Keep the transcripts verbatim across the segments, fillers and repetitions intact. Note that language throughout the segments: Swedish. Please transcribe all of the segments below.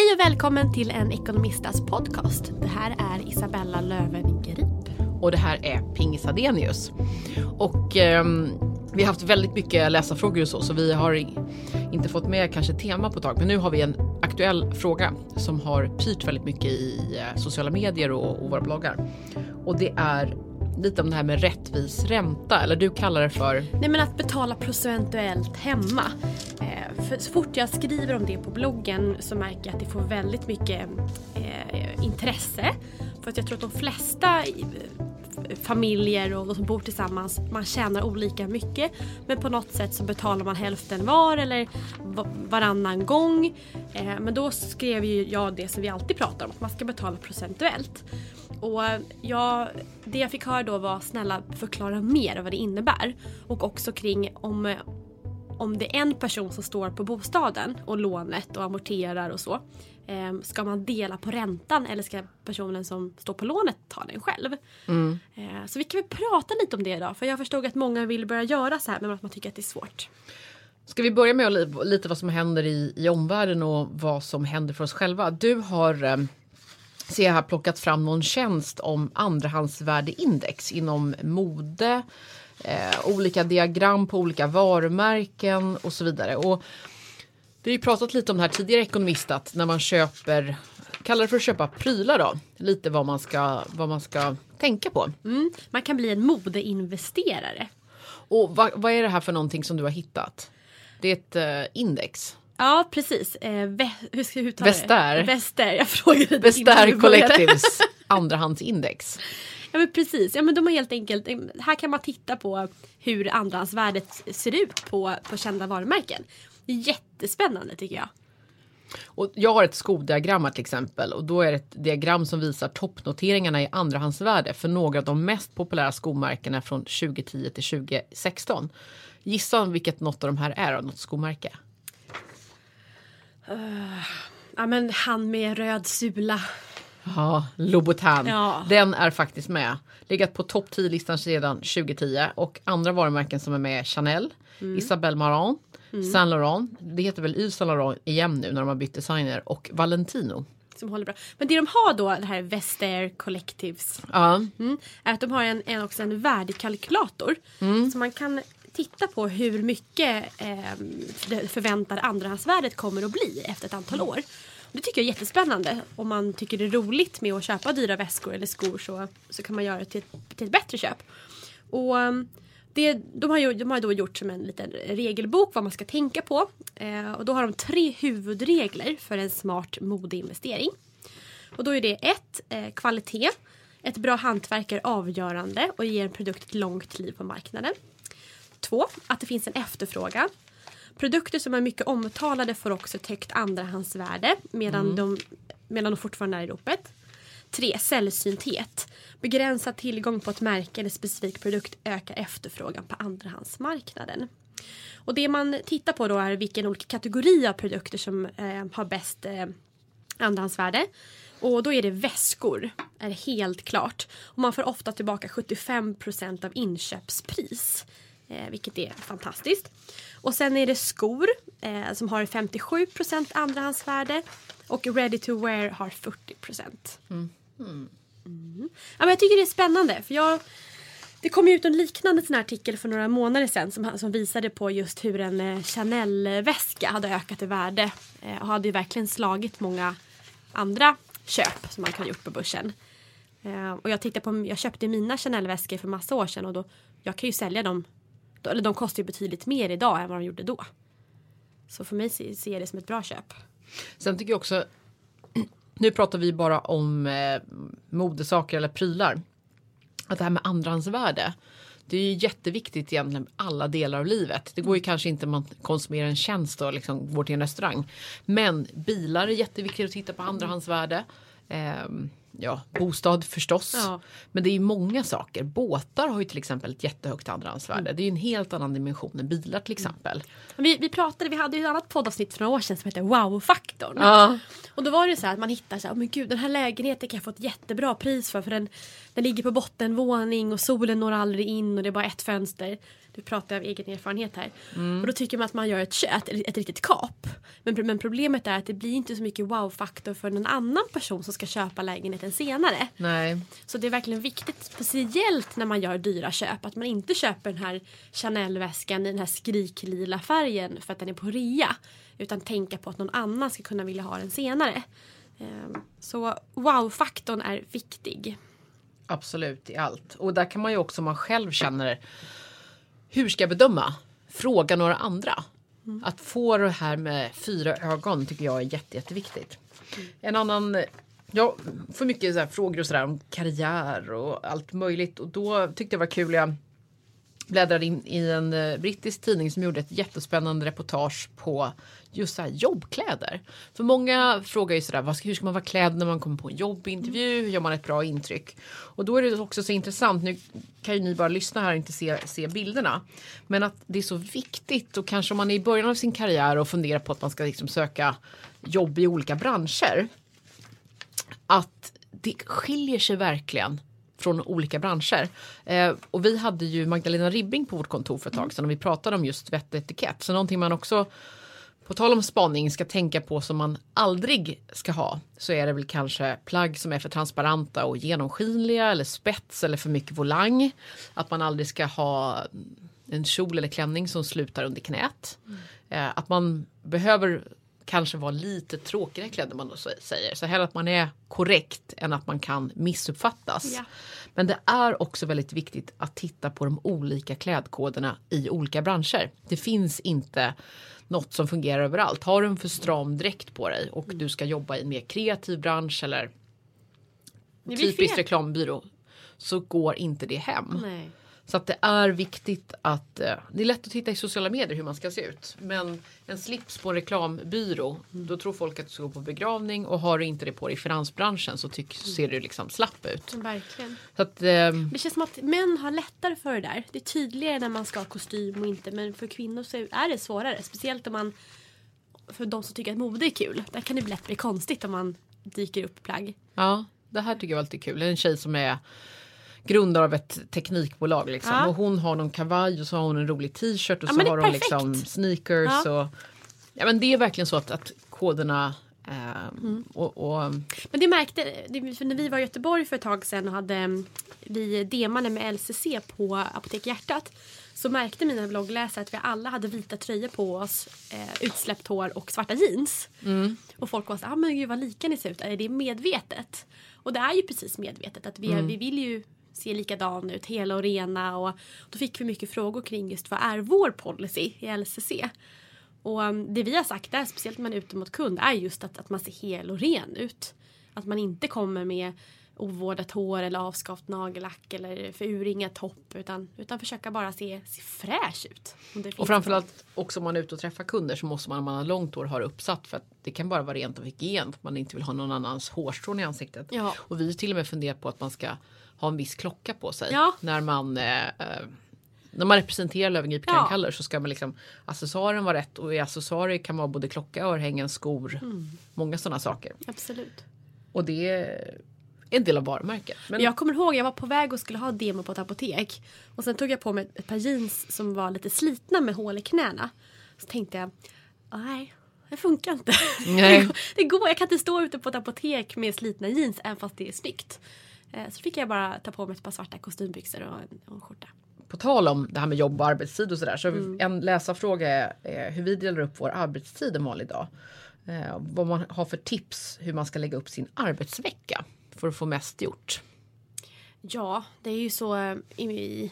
Hej och välkommen till en Ekonomistas podcast. Det här är Isabella Löwengrip. Och det här är Pingis Adenius. Och eh, vi har haft väldigt mycket läsarfrågor och så, så vi har inte fått med kanske tema på ett tag. Men nu har vi en aktuell fråga som har pyrt väldigt mycket i eh, sociala medier och, och våra bloggar. Och det är lite om det här med rättvis ränta, eller du kallar det för... Nej, men att betala procentuellt hemma. Eh, för så fort jag skriver om det på bloggen så märker jag att det får väldigt mycket eh, intresse. För att jag tror att de flesta familjer och de som bor tillsammans, man tjänar olika mycket. Men på något sätt så betalar man hälften var eller varannan gång. Eh, men då skrev ju jag det som vi alltid pratar om, att man ska betala procentuellt. Och jag, det jag fick höra då var snälla förklara mer vad det innebär. Och också kring om, om det är en person som står på bostaden och lånet och amorterar och så. Eh, ska man dela på räntan eller ska personen som står på lånet ta den själv? Mm. Eh, så vi kan väl prata lite om det idag. För jag förstod att många vill börja göra så här men att man tycker att det är svårt. Ska vi börja med lite vad som händer i, i omvärlden och vad som händer för oss själva? Du har... Eh, Så jag har plockat fram någon tjänst om andrahandsvärdeindex inom mode, eh, olika diagram på olika varumärken och så vidare. Och vi har ju pratat lite om det här tidigare ekonomistat när man köper, kallar det för att köpa prylar då, lite vad man ska, vad man ska tänka på. Mm, man kan bli en modeinvesterare. Och vad, vad är det här för någonting som du har hittat? Det är ett eh, index. Ja, precis. Eh, vä- hur ska jag uttala Vester. det? Vester. Jag frågade Vester Collectives andrahandsindex. Ja, men precis. Ja, men de har helt enkelt, här kan man titta på hur andrahandsvärdet ser ut på, på kända varumärken. Jättespännande tycker jag. Och jag har ett skodiagram här till exempel och då är det ett diagram som visar toppnoteringarna i andrahandsvärde för några av de mest populära skomärkena från tjugo tio till tjugo sexton. Gissa vilket något av de här är, något skomärke? Uh, ja men han med röd sula. Ja, Louboutin. Ja. Den är faktiskt med. Legat på topp tio-listan sedan tjugo tio. Och andra varumärken som är med är Chanel, mm. Isabelle Marant, mm. Saint Laurent. Det heter väl Yves Saint Laurent igen nu när de har bytt designer. Och Valentino. Som håller bra. Men det de har då, det här Vester Collectives. Ja. Mm, är att de har en, en, också en värdekalkylator. Mm. Så man kan... titta på hur mycket eh, det förväntade andrahandsvärdet kommer att bli efter ett antal år. Det tycker jag är jättespännande. Om man tycker det är roligt med att köpa dyra väskor eller skor så, så kan man göra det till ett, till ett bättre köp. Och det, de, har ju, de har då gjort som en liten regelbok vad man ska tänka på. Eh, och då har de tre huvudregler för en smart modeinvestering. Och då är det ett, eh, kvalitet. Ett bra hantverk är avgörande och ger en produkt ett långt liv på marknaden. Två, att det finns en efterfrågan. Produkter som är mycket omtalade får också ett högt andrahandsvärde medan, mm. de, medan de fortfarande är i ropet. Tre, sällsynthet. Begränsad tillgång på ett märke eller specifik produkt ökar efterfrågan på andrahandsmarknaden. Och det man tittar på då är vilken olika kategori av produkter som eh, har bäst eh, andrahandsvärde. Och då är det väskor, är helt klart. Och man får ofta tillbaka sjuttiofem procent av inköpspris. Eh, vilket är fantastiskt. Och sen är det skor eh, som har femtiosju procent andrahandsvärde. Och ready to wear har fyrtio procent. Mm. Mm. Mm. Ja, men jag tycker det är spännande. För jag, det kom ju ut en liknande sån här artikel för några månader sedan. Som, som visade på just hur en eh, Chanel-väska hade ökat i värde. Eh, och hade ju verkligen slagit många andra köp som man kan ha gjort på börsen. Eh, och jag tittade på, jag köpte mina Chanel-väskor för massa år sedan. Och då, jag kan ju sälja dem. Eller de kostar ju betydligt mer idag än vad de gjorde då. Så för mig ser jag det som ett bra köp. Sen tycker jag också, nu pratar vi bara om eh, modesaker eller prylar. Att det här med andrahandsvärde, det är ju jätteviktigt egentligen med alla delar av livet. Det går ju kanske inte om man konsumerar en tjänst och liksom går till en restaurang. Men bilar är jätteviktigt att titta på andrahandsvärde. Eh, ja, bostad förstås. Ja. Men det är ju många saker. Båtar har ju till exempel ett jättehögt andrahandsvärde. Mm. Det är ju en helt annan dimension än bilar till exempel. Mm. Vi, vi pratade, vi hade ju ett annat poddavsnitt för några år sedan som heter Wow-faktorn. Ja. Och då var det så här att man hittar så här, oh, men gud, den här lägenheten kan jag få ett jättebra pris för. För den, den ligger på bottenvåning och solen når aldrig in och det är bara ett fönster. Du pratar av egen erfarenhet här. Mm. Och då tycker man att man gör ett, ett, ett riktigt kap. Men, men problemet är att det blir inte så mycket wow-faktor för någon annan person som ska köpa lägenheten senare. Nej. Så det är verkligen viktigt, speciellt när man gör dyra köp, att man inte köper den här Chanel-väskan i den här skriklila färgen för att den är på rea. Utan tänka på att någon annan ska kunna vilja ha den senare. Så wow-faktorn är viktig. Absolut, i allt. Och där kan man ju också, om man själv känner, hur ska jag bedöma? Fråga några andra. Mm. Att få det här med fyra ögon tycker jag är jätte, jätteviktigt. Mm. En annan, jag får mycket så här frågor och sådär om karriär och allt möjligt. Och då tyckte jag var kul, jag bläddrade in i en brittisk tidning som gjorde ett jättespännande reportage på just så här jobbkläder. För många frågar ju sådär, hur ska man vara klädd när man kommer på en jobbintervju? Hur gör man ett bra intryck? Och då är det också så intressant, nu kan ju ni bara lyssna här och inte se, se bilderna. Men att det är så viktigt, och kanske om man är i början av sin karriär och funderar på att man ska liksom söka jobb i olika branscher. Att det skiljer sig verkligen från olika branscher. Eh, och vi hade ju Magdalena Ribbing på vårt kontor för ett tag sedan och vi pratade om just vett och etikett. Så någonting man också, på tal om spaning, ska tänka på som man aldrig ska ha, så är det väl kanske plagg som är för transparenta och genomskinliga, eller spets eller för mycket volang. Att man aldrig ska ha en kjol eller klänning som slutar under knät. Mm. Eh, att man behöver kanske vara lite tråkigare klädd, man då säger. Så hellre att man är korrekt än att man kan missuppfattas. Ja. Men det är också väldigt viktigt att titta på de olika klädkoderna i olika branscher. Det finns inte något som fungerar överallt. Har du en för stram dräkt på dig och du ska jobba i en mer kreativ bransch eller typisk reklambyrå, så går inte det hem. Nej. Så att det är viktigt att, eh, det är lätt att titta i sociala medier hur man ska se ut. Men en slips på en reklambyrå, mm. då tror folk att du ska gå på begravning, och har du inte det på dig i finansbranschen så tyck, mm. ser du liksom slapp ut. Verkligen. Så att, eh, det känns som att män har lättare för det där. Det är tydligare när man ska ha kostym och inte, men för kvinnor så är det svårare. Speciellt om man, för de som tycker att mode är kul, där kan det lätt bli konstigt om man dyker upp plagg. Ja, det här tycker jag är alltid kul. Det är en tjej som är grundare av ett teknikbolag liksom. Ja. Och hon har någon kavaj och så har hon en rolig t-shirt och ja, så har hon liksom sneakers. Ja. Och, ja, men det är verkligen så att, att koderna eh, mm. och, och... Men det märkte, det, för när vi var i Göteborg för ett tag sedan och hade vi demade med L C C på Apotek Hjärtat, så märkte mina bloggläsare att vi alla hade vita tröjor på oss, eh, utsläppt hår och svarta jeans. Mm. Och folk var så, ah, men gud vad lika ni ser ut, är det medvetet? Och det är ju precis medvetet, att vi, mm. vi vill ju se likadan ut, hela och rena, och då fick vi mycket frågor kring just vad är vår policy i L C C. Och um, det vi har sagt där, speciellt när man är ute mot kund, är just att, att man ser hel och ren ut. Att man inte kommer med ovårdat hår eller avskavt nagellack eller föruringat topp, utan, utan försöka bara se, se fräsch ut. Och framförallt också om man är ute och träffar kunder, så måste man, om man har långt hår, ha det uppsatt, för att det kan bara vara rent och hygien, för man inte vill ha någon annans hårstrån i ansiktet. Ja. Och vi har till och med funderat på att man ska ha en viss klocka på sig. Ja. När man eh, när man representerar Löwengrip Klänkaller, ja. Så ska man liksom, accessoaren vara rätt, och i accessoarer kan man ha både klocka, örhängen, skor, mm. många sådana saker. Absolut. Och det är en del av varumärket. Men jag kommer ihåg, jag var på väg och skulle ha demo på ett apotek, och sen tog jag på mig ett par jeans som var lite slitna med hål i knäna. Så tänkte jag, nej, det funkar inte. Nej. Det går, jag kan inte stå ute på ett apotek med slitna jeans även fast det är snyggt. Så fick jag bara ta på mig ett par svarta kostymbyxor och en, och en skjorta. På tal om det här med jobb och arbetstid och sådär, så mm. en läsarfråga är eh, hur vi delar upp vår arbetstid en vanlig dag. Eh, vad man har för tips hur man ska lägga upp sin arbetsvecka för att få mest gjort. Ja, det är ju så i,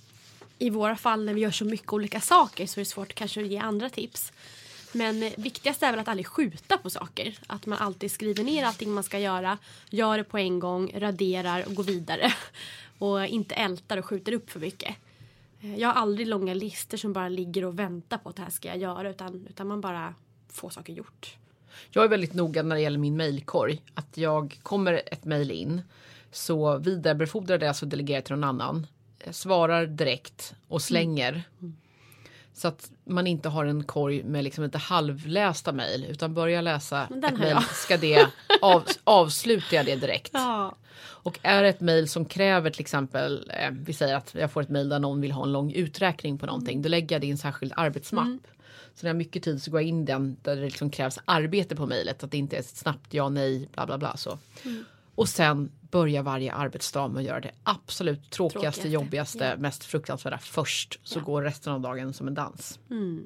i våra fall när vi gör så mycket olika saker, så är det svårt kanske att ge andra tips. Men viktigast är väl att aldrig skjuta på saker. Att man alltid skriver ner allting man ska göra. Gör det på en gång, raderar och går vidare. Och inte ältar och skjuter upp för mycket. Jag har aldrig långa listor som bara ligger och väntar på att det här ska jag göra. Utan, utan man bara får saker gjort. Jag är väldigt noga när det gäller min mejlkorg. Att jag kommer ett mejl in. Så vidarebefordrar det, alltså delegerar till någon annan. Svarar direkt och slänger. Mm. Mm. Så att man inte har en korg med liksom lite halvlästa mejl. Utan börja läsa ett mejl, ska det av, avslutar jag det direkt. Ja. Och är det ett mejl som kräver till exempel, eh, vi säger att jag får ett mejl där någon vill ha en lång uträkning på någonting. Mm. Då lägger jag det i en särskild arbetsmapp. Mm. Så när jag har mycket tid så går jag in den där det liksom krävs arbete på mejlet. Att det inte är ett snabbt ja, nej, bla bla bla så. Mm. Och sen börja varje arbetsdag med att göra det absolut tråkigaste, tråkigaste. jobbigaste, ja. mest fruktansvärda först. Så ja. går resten av dagen som en dans. Mm.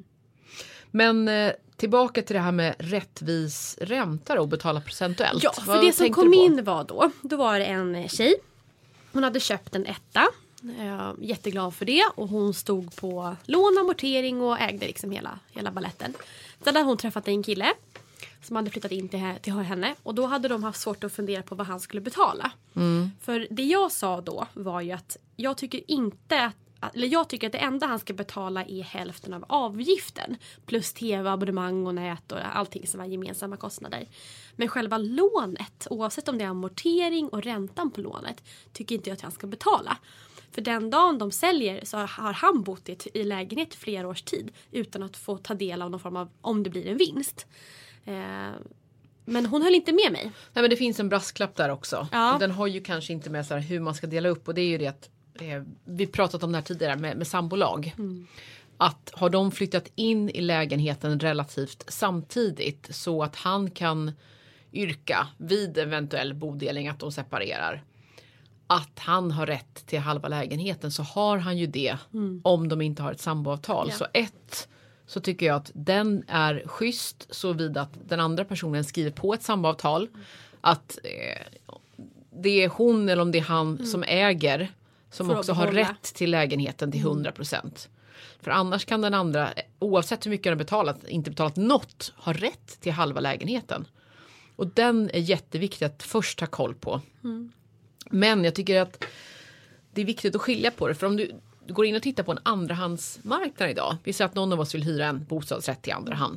Men eh, tillbaka till det här med rättvis ränta och betala procentuellt. Ja, för Vad det som kom in var då, då var det en tjej. Hon hade köpt en etta. Jag är jätteglad för det. Och hon stod på lån, amortering och ägde liksom hela, hela balletten. Sen hade hon träffat en kille som hade flyttat in till, till henne. Och då hade de haft svårt att fundera på vad han skulle betala. Mm. För det jag sa då var ju att jag tycker inte att Eller jag tycker att det enda han ska betala är hälften av avgiften. Plus tv, abonnemang och nät och allting som är gemensamma kostnader. Men själva lånet, oavsett om det är amortering och räntan på lånet, tycker inte jag att han ska betala. För den dagen de säljer så har han bott i, i lägenhet i flera års tid utan att få ta del av någon form av, om det blir en vinst. Eh, men hon höll inte med mig. Nej, men det finns en brasklapp där också. Ja. Den har ju kanske inte med så här hur man ska dela upp, och det är ju det att eh, vi pratat om det här tidigare med, med sambolag. Mm. Att har de flyttat in i lägenheten relativt samtidigt så att han kan yrka vid eventuell bodelning att de separerar. Att han har rätt till halva lägenheten, så har han ju det mm. om de inte har ett samboavtal. Ja. Så ett, så tycker jag att den är schysst så vid att den andra personen skriver på ett samboavtal. Mm. Att eh, det är hon eller om det är han mm. som äger som För också har rätt till lägenheten till hundra procent. Mm. För annars kan den andra, oavsett hur mycket den har betalat, inte betalat något, ha rätt till halva lägenheten. Och den är jätteviktig att först ha koll på. Mm. Men jag tycker att det är viktigt att skilja på det. För om du, du går in och tittar på en andrahandsmarknad idag. Vi säger att någon av oss vill hyra en bostadsrätt i andra hand.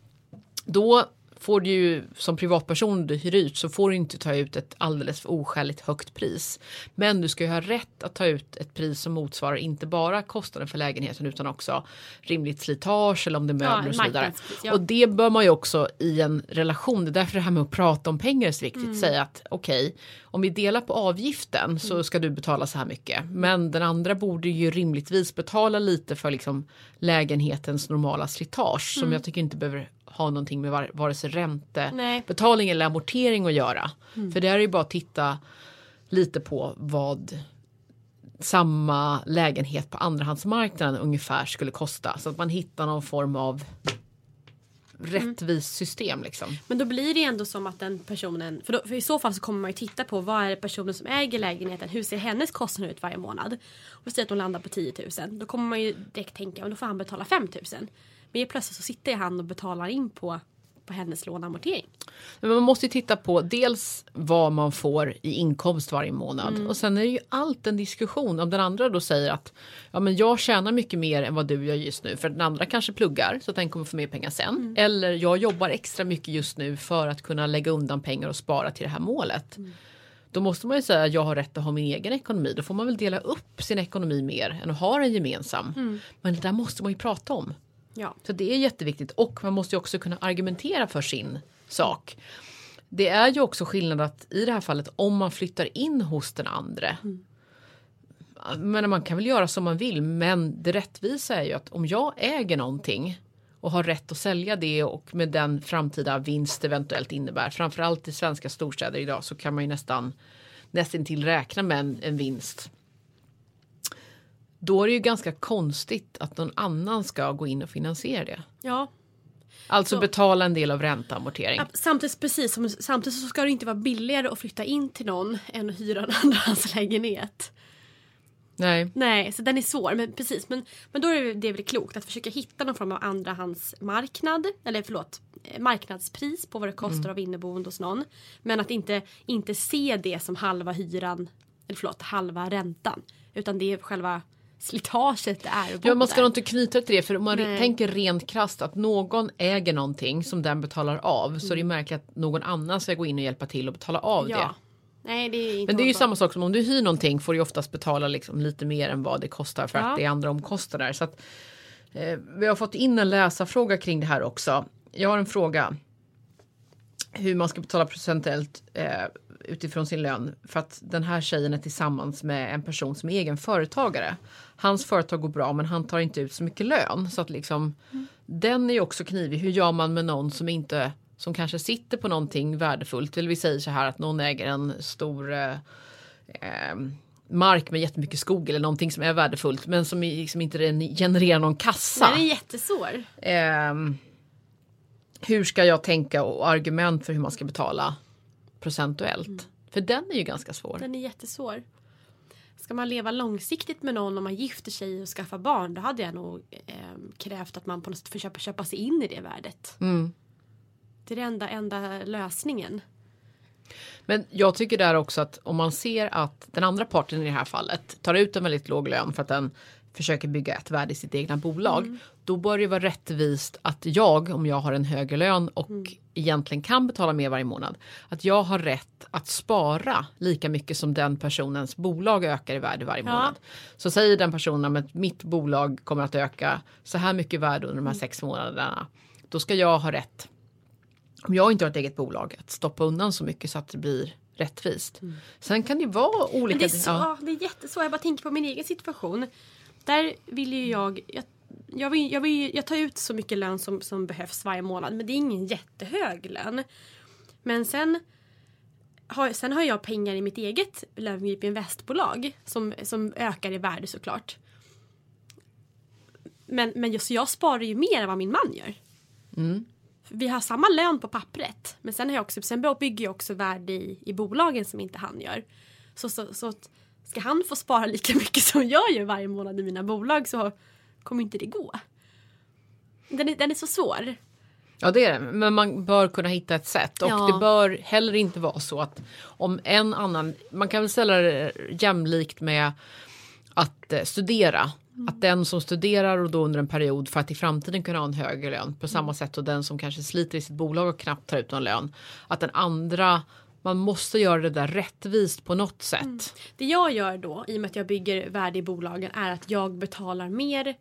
Då får du ju som privatperson du hyr ut, så får du inte ta ut ett alldeles för oskäligt högt pris. Men du ska ju ha rätt att ta ut ett pris som motsvarar inte bara kostnaden för lägenheten utan också rimligt slitage eller om det är möbler ja, och så vidare. Ja. Och det bör man ju också i en relation. Det är därför det här med att prata om pengar är så viktigt. Mm. Säga att okej, okay, om vi delar på avgiften mm. så ska du betala så här mycket. Men den andra borde ju rimligtvis betala lite för liksom lägenhetens normala slitage mm. som jag tycker inte behöver ha någonting med var, vare sig räntebetalning eller amortering att göra. Mm. För det är ju bara att titta lite på vad samma lägenhet på andrahandsmarknaden ungefär skulle kosta. Så att man hittar någon form av rättvis system liksom. Men då blir det ändå som att den personen, för, då, för i så fall så kommer man ju titta på vad är det personen som äger lägenheten, hur ser hennes kostnad ut varje månad. Och säger att hon landar på tio tusen. Då kommer man ju direkt tänka, då får han betala fem tusen. Men plötsligt så sitter han och betalar in på, på hennes låneamortering. Men man måste ju titta på dels vad man får i inkomst varje månad. Mm. Och sen är det ju allt en diskussion. Om den andra då säger att ja, men jag tjänar mycket mer än vad du gör just nu. För den andra kanske pluggar så att den kommer få mer pengar sen. Mm. Eller jag jobbar extra mycket just nu för att kunna lägga undan pengar och spara till det här målet. Mm. Då måste man ju säga att jag har rätt att ha min egen ekonomi. Då får man väl dela upp sin ekonomi mer än att ha en gemensam. Mm. Men det där måste man ju prata om. Ja. Så det är jätteviktigt, och man måste ju också kunna argumentera för sin sak. Det är ju också skillnad att i det här fallet om man flyttar in hos den andra. Mm. Men man kan väl göra som man vill, men det rättvisa är ju att om jag äger någonting och har rätt att sälja det och med den framtida vinst eventuellt innebär, framförallt i svenska storstäder idag så kan man ju nästan nästan till räkna med en, en vinst. Då är det ju ganska konstigt att någon annan ska gå in och finansiera det. Ja. Alltså så, betala en del av ränteamortering. Samtidigt, precis, som, samtidigt så ska det inte vara billigare att flytta in till någon än att hyra en andrahandslägenhet. Nej. Nej, så den är svår. Men precis, men, men då är det väl klokt att försöka hitta någon form av andrahandsmarknad. Eller förlåt, marknadspris på vad det kostar mm. av inneboende hos någon. Men att inte, inte se det som halva hyran, eller förlåt, halva räntan. Utan det är själva slitaget det är. Ja, man ska nog inte knyta till det, för om man Nej. tänker rent krasst att någon äger någonting som den betalar av, mm. så är det märkligt att någon annan ska gå in och hjälpa till och betala av ja. det. Nej, det är inte Men det är ju bra. samma sak som om du hyr någonting, får du oftast betala liksom lite mer än vad det kostar för Ja. att det är andra omkostnader. Så att, eh, vi har fått in en läsarfråga kring det här också. Jag har en fråga. Hur man ska betala procentuellt eh, utifrån sin lön. För att den här tjejen är tillsammans med en person som är egen företagare. Hans företag går bra, men han tar inte ut så mycket lön. Så att liksom, mm. den är ju också knivig. Hur gör man med någon som inte, som kanske sitter på någonting värdefullt? Eller vi säger så här att någon äger en stor eh, eh, mark med jättemycket skog eller någonting som är värdefullt. Men som liksom inte genererar någon kassa. Den är jättesvår. Eh, hur ska jag tänka och argument för hur man ska betala procentuellt? Mm. För den är ju ganska svår. Den är jättesvår. Ska man leva långsiktigt med någon om man gifter sig och skaffar barn, då hade jag nog eh, krävt att man på något sätt får köpa, köpa sig in i det värdet. Mm. Det är den enda, enda lösningen. Men jag tycker där också att om man ser att den andra parten i det här fallet tar ut en väldigt låg lön för att den försöker bygga ett värde i sitt egna bolag, mm. då bör det vara rättvist att jag, om jag har en högre lön och mm. egentligen kan betala mer varje månad, att jag har rätt att spara lika mycket som den personens bolag ökar i värde varje ja. månad. Så säger den personen att mitt bolag kommer att öka så här mycket värde under de här mm. sex månaderna. Då ska jag ha rätt, om jag inte har ett eget bolag, att stoppa undan så mycket så att det blir rättvist. Mm. Sen kan det vara olika... Men det är så, ja. det är jättesvårt. Jag bara tänker på min egen situation. Där vill ju jag... Jag, jag, vill, jag, vill, jag tar ut så mycket lön som, som behövs varje månad. Men det är ingen jättehög lön. Men sen har, sen har jag pengar i mitt eget Löwengrip investbolag. Som, som ökar i värde såklart. Men, men just jag sparar ju mer än vad min man gör. Mm. Vi har samma lön på pappret. Men sen, har jag också, sen bygger jag också värde i, i bolagen som inte han gör. Så, så, så att ska han få spara lika mycket som jag gör varje månad i mina bolag, så kommer inte det gå. Den är, den är så svår. Ja, det är det. Men man bör kunna hitta ett sätt. Och ja. det bör heller inte vara så att om en annan... Man kan väl ställa det jämlikt med att eh, studera. Mm. Att den som studerar och då under en period för att i framtiden kunna ha en högre lön. På samma mm. sätt och den som kanske sliter i sitt bolag och knappt tar ut någon lön. Att den andra... Man måste göra det där rättvist på något sätt. Mm. Det jag gör då, i och med att jag bygger värde i bolagen, är att jag betalar mer.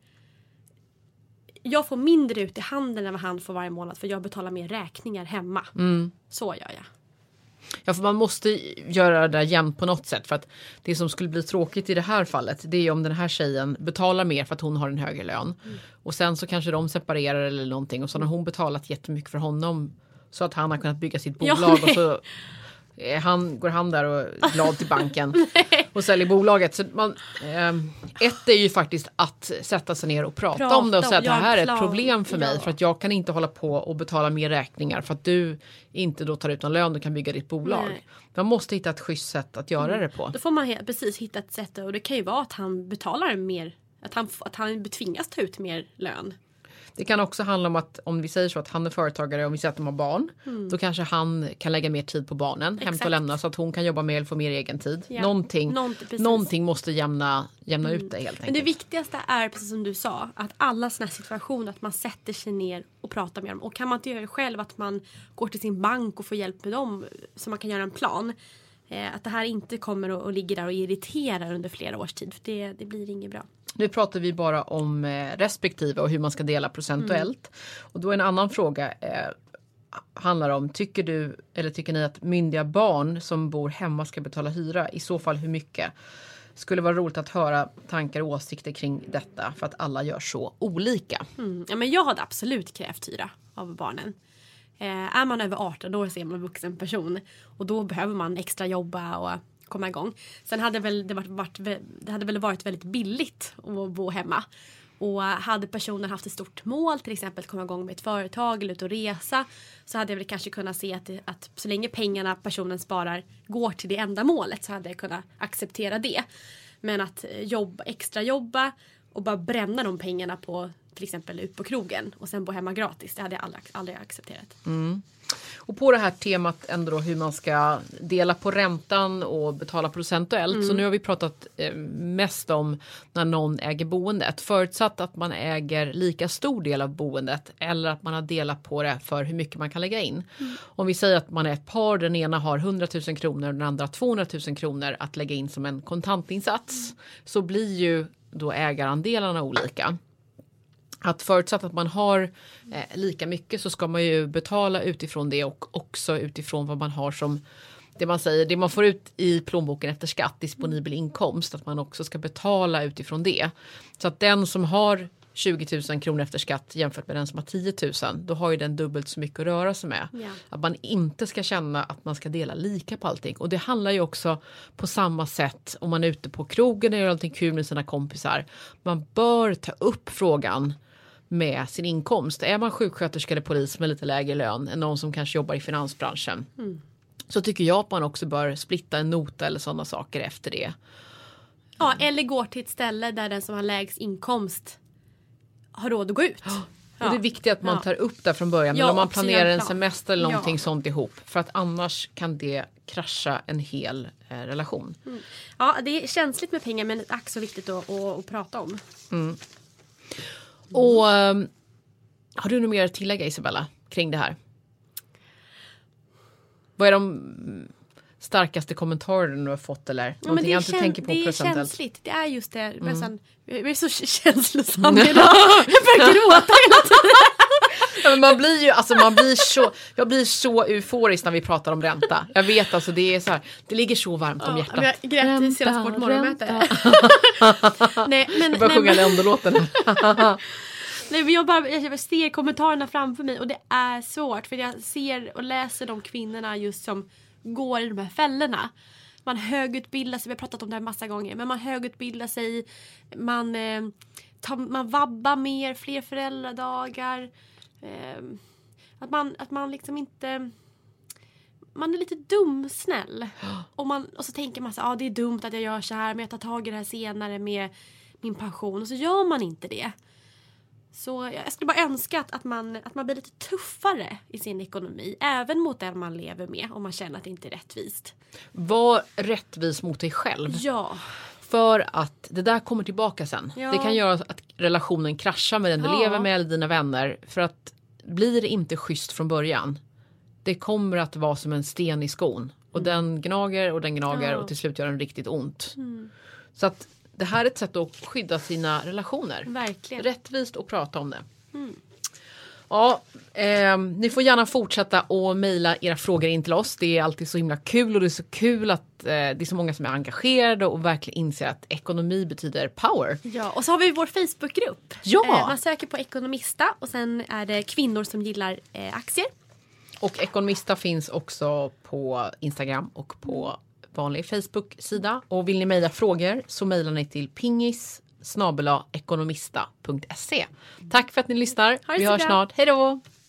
Jag får mindre ut i handen än vad han får varje månad. För jag betalar mer räkningar hemma. Mm. Så gör jag. Ja, för man måste göra det där jämnt på något sätt. För att det som skulle bli tråkigt i det här fallet, det är om den här tjejen betalar mer för att hon har en högre lön. Mm. Och sen så kanske de separerar eller någonting. Och så har hon betalat jättemycket för honom. Så att han har kunnat bygga sitt bolag. Ja, och så... Han går han där och är glad till banken och säljer bolaget. Så man, eh, ett är ju faktiskt att sätta sig ner och prata, prata om det och säga att det här är ett problem för mig. Ja. För att jag kan inte hålla på och betala mer räkningar för att du inte då tar ut någon lön och kan bygga ditt bolag. Nej. Man måste hitta ett schysst sätt att göra mm. det på. Då får man he- precis hitta ett sätt, och det kan ju vara att han betalar mer, att han, att han betvingas ta ut mer lön. Det kan också handla om att om vi säger så att han är företagare och vi säger att de har barn. Mm. Då kanske han kan lägga mer tid på barnen. Exakt. Hämta och lämna så att hon kan jobba mer eller få mer egen tid. Ja. Någonting, någonting måste jämna, jämna mm. ut det helt enkelt. Men det viktigaste är, precis som du sa, att alla såna här situationer, att man sätter sig ner och pratar med dem. Och kan man inte göra det själv, att man går till sin bank och får hjälp med dem så man kan göra en plan. Eh, att det här inte kommer att, att ligga där och irritera under flera års tid. För det, det blir inget bra. Nu pratar vi bara om eh, respektive och hur man ska dela procentuellt. Mm. Och då är en annan fråga eh, handlar om, tycker du eller tycker ni att myndiga barn som bor hemma ska betala hyra? I så fall hur mycket? Skulle vara roligt att höra tankar och åsikter kring detta för att alla gör så olika. Mm. Ja, men jag hade absolut krävt hyra av barnen. Eh, är man över arton år så är man en vuxen person. Och då behöver man extra jobba och komma igång. Sen hade väl det, varit, varit, det hade väl varit väldigt billigt att bo hemma. Och hade personen haft ett stort mål, till exempel komma igång med ett företag eller ut och resa, så hade jag väl kanske kunnat se att, det, att så länge pengarna personen sparar går till det enda målet, så hade jag kunnat acceptera det. Men att jobba, extra jobba och bara bränna de pengarna på till exempel ut på krogen och sen bo hemma gratis. Det hade jag aldrig, aldrig accepterat. Mm. Och på det här temat ändå då hur man ska dela på räntan och betala procentuellt. Mm. Så nu har vi pratat eh, mest om när någon äger boendet. Förutsatt att man äger lika stor del av boendet eller att man har delat på det för hur mycket man kan lägga in. Mm. Om vi säger att man är ett par, den ena har hundratusen kronor och den andra tvåhundratusen kronor att lägga in som en kontantinsats. Mm. Så blir ju då ägarandelarna olika. Att förutsatt att man har eh, lika mycket så ska man ju betala utifrån det och också utifrån vad man har som det man säger, det man får ut i plånboken efter skatt, disponibel inkomst, att man också ska betala utifrån det. Så att den som har tjugo tusen kronor efter skatt jämfört med den som har tio tusen, då har ju den dubbelt så mycket att röra sig med. Ja. Att man inte ska känna att man ska dela lika på allting. Och det handlar ju också på samma sätt om man är ute på krogen och gör någonting kul med sina kompisar. Man bör ta upp frågan med sin inkomst. Är man sjuksköterska eller polis med lite lägre lön än någon som kanske jobbar i finansbranschen mm. så tycker jag att man också bör splitta en nota eller sådana saker efter det. Ja, eller går till ett ställe där den som har lägst inkomst har råd att gå ut. Ja. Och det är viktigt att man tar upp det från början. Ja, men om man planerar en semester eller någonting ja. sånt ihop. För att annars kan det krascha en hel eh, relation. Mm. Ja, det är känsligt med pengar men det är också viktigt att, att, att prata om. Mm. Och um, har du något mer att tillägga, Isabella, kring det här? Vad är de starkaste kommentarerna du har fått eller ja, någonting jag inte kän- tänker på det procentuellt? Det är känsligt, det är just det. Mm. Nästan, jag är så känslosam idag. Jag börjar gråta hela tiden. Ja, men man blir ju, alltså man blir så, jag blir så euforisk när vi pratar om ränta. Jag vet alltså, det är så här, det ligger så varmt om hjärtat. Ja, jag grät i senaste sportmorgonmöte. Nej, men... Jag börjar sjunga Länderlåten. Nej, men jag, bara, jag ser kommentarerna framför mig och det är svårt. För jag ser och läser de kvinnorna just som går i de här fällorna. Man högutbildar sig, vi har pratat om det här massa gånger. Men man högutbildar sig, man, eh, tar, man vabbar mer, fler föräldradagar. Eh, att, man, att man liksom inte... Man är lite dumsnäll. Och, man, och så tänker man så ja ah, det är dumt att jag gör så här. Men jag tar tag i det här senare med min pension. Och så gör man inte det. Så jag skulle bara önska att, att, man, att man blir lite tuffare i sin ekonomi. Även mot den man lever med. Om man känner att det inte är rättvist. Var rättvis mot dig själv. Ja. För att det där kommer tillbaka sen. Ja. Det kan göra att relationen kraschar med den du ja. lever med eller dina vänner. För att blir det inte schysst från början. Det kommer att vara som en sten i skon. Och mm. den gnager och den gnager ja. och till slut gör den riktigt ont. Mm. Så att det här är ett sätt att skydda sina relationer. Verkligen. Rättvist och prata om det. Mm. Ja, eh, ni får gärna fortsätta och mejla era frågor in till oss. Det är alltid så himla kul och det är så kul att eh, det är så många som är engagerade och verkligen inser att ekonomi betyder power. Ja, och så har vi vår Facebookgrupp. Ja. Eh, man söker på Ekonomista och sen är det kvinnor som gillar eh, aktier. Och Ekonomista finns också på Instagram och på vanlig Facebook-sida. Och vill ni mejla frågor så mejlar ni till pingis snabel-a ekonomista punkt se. Tack för att ni lyssnar. Vi hörs snart. Hej då!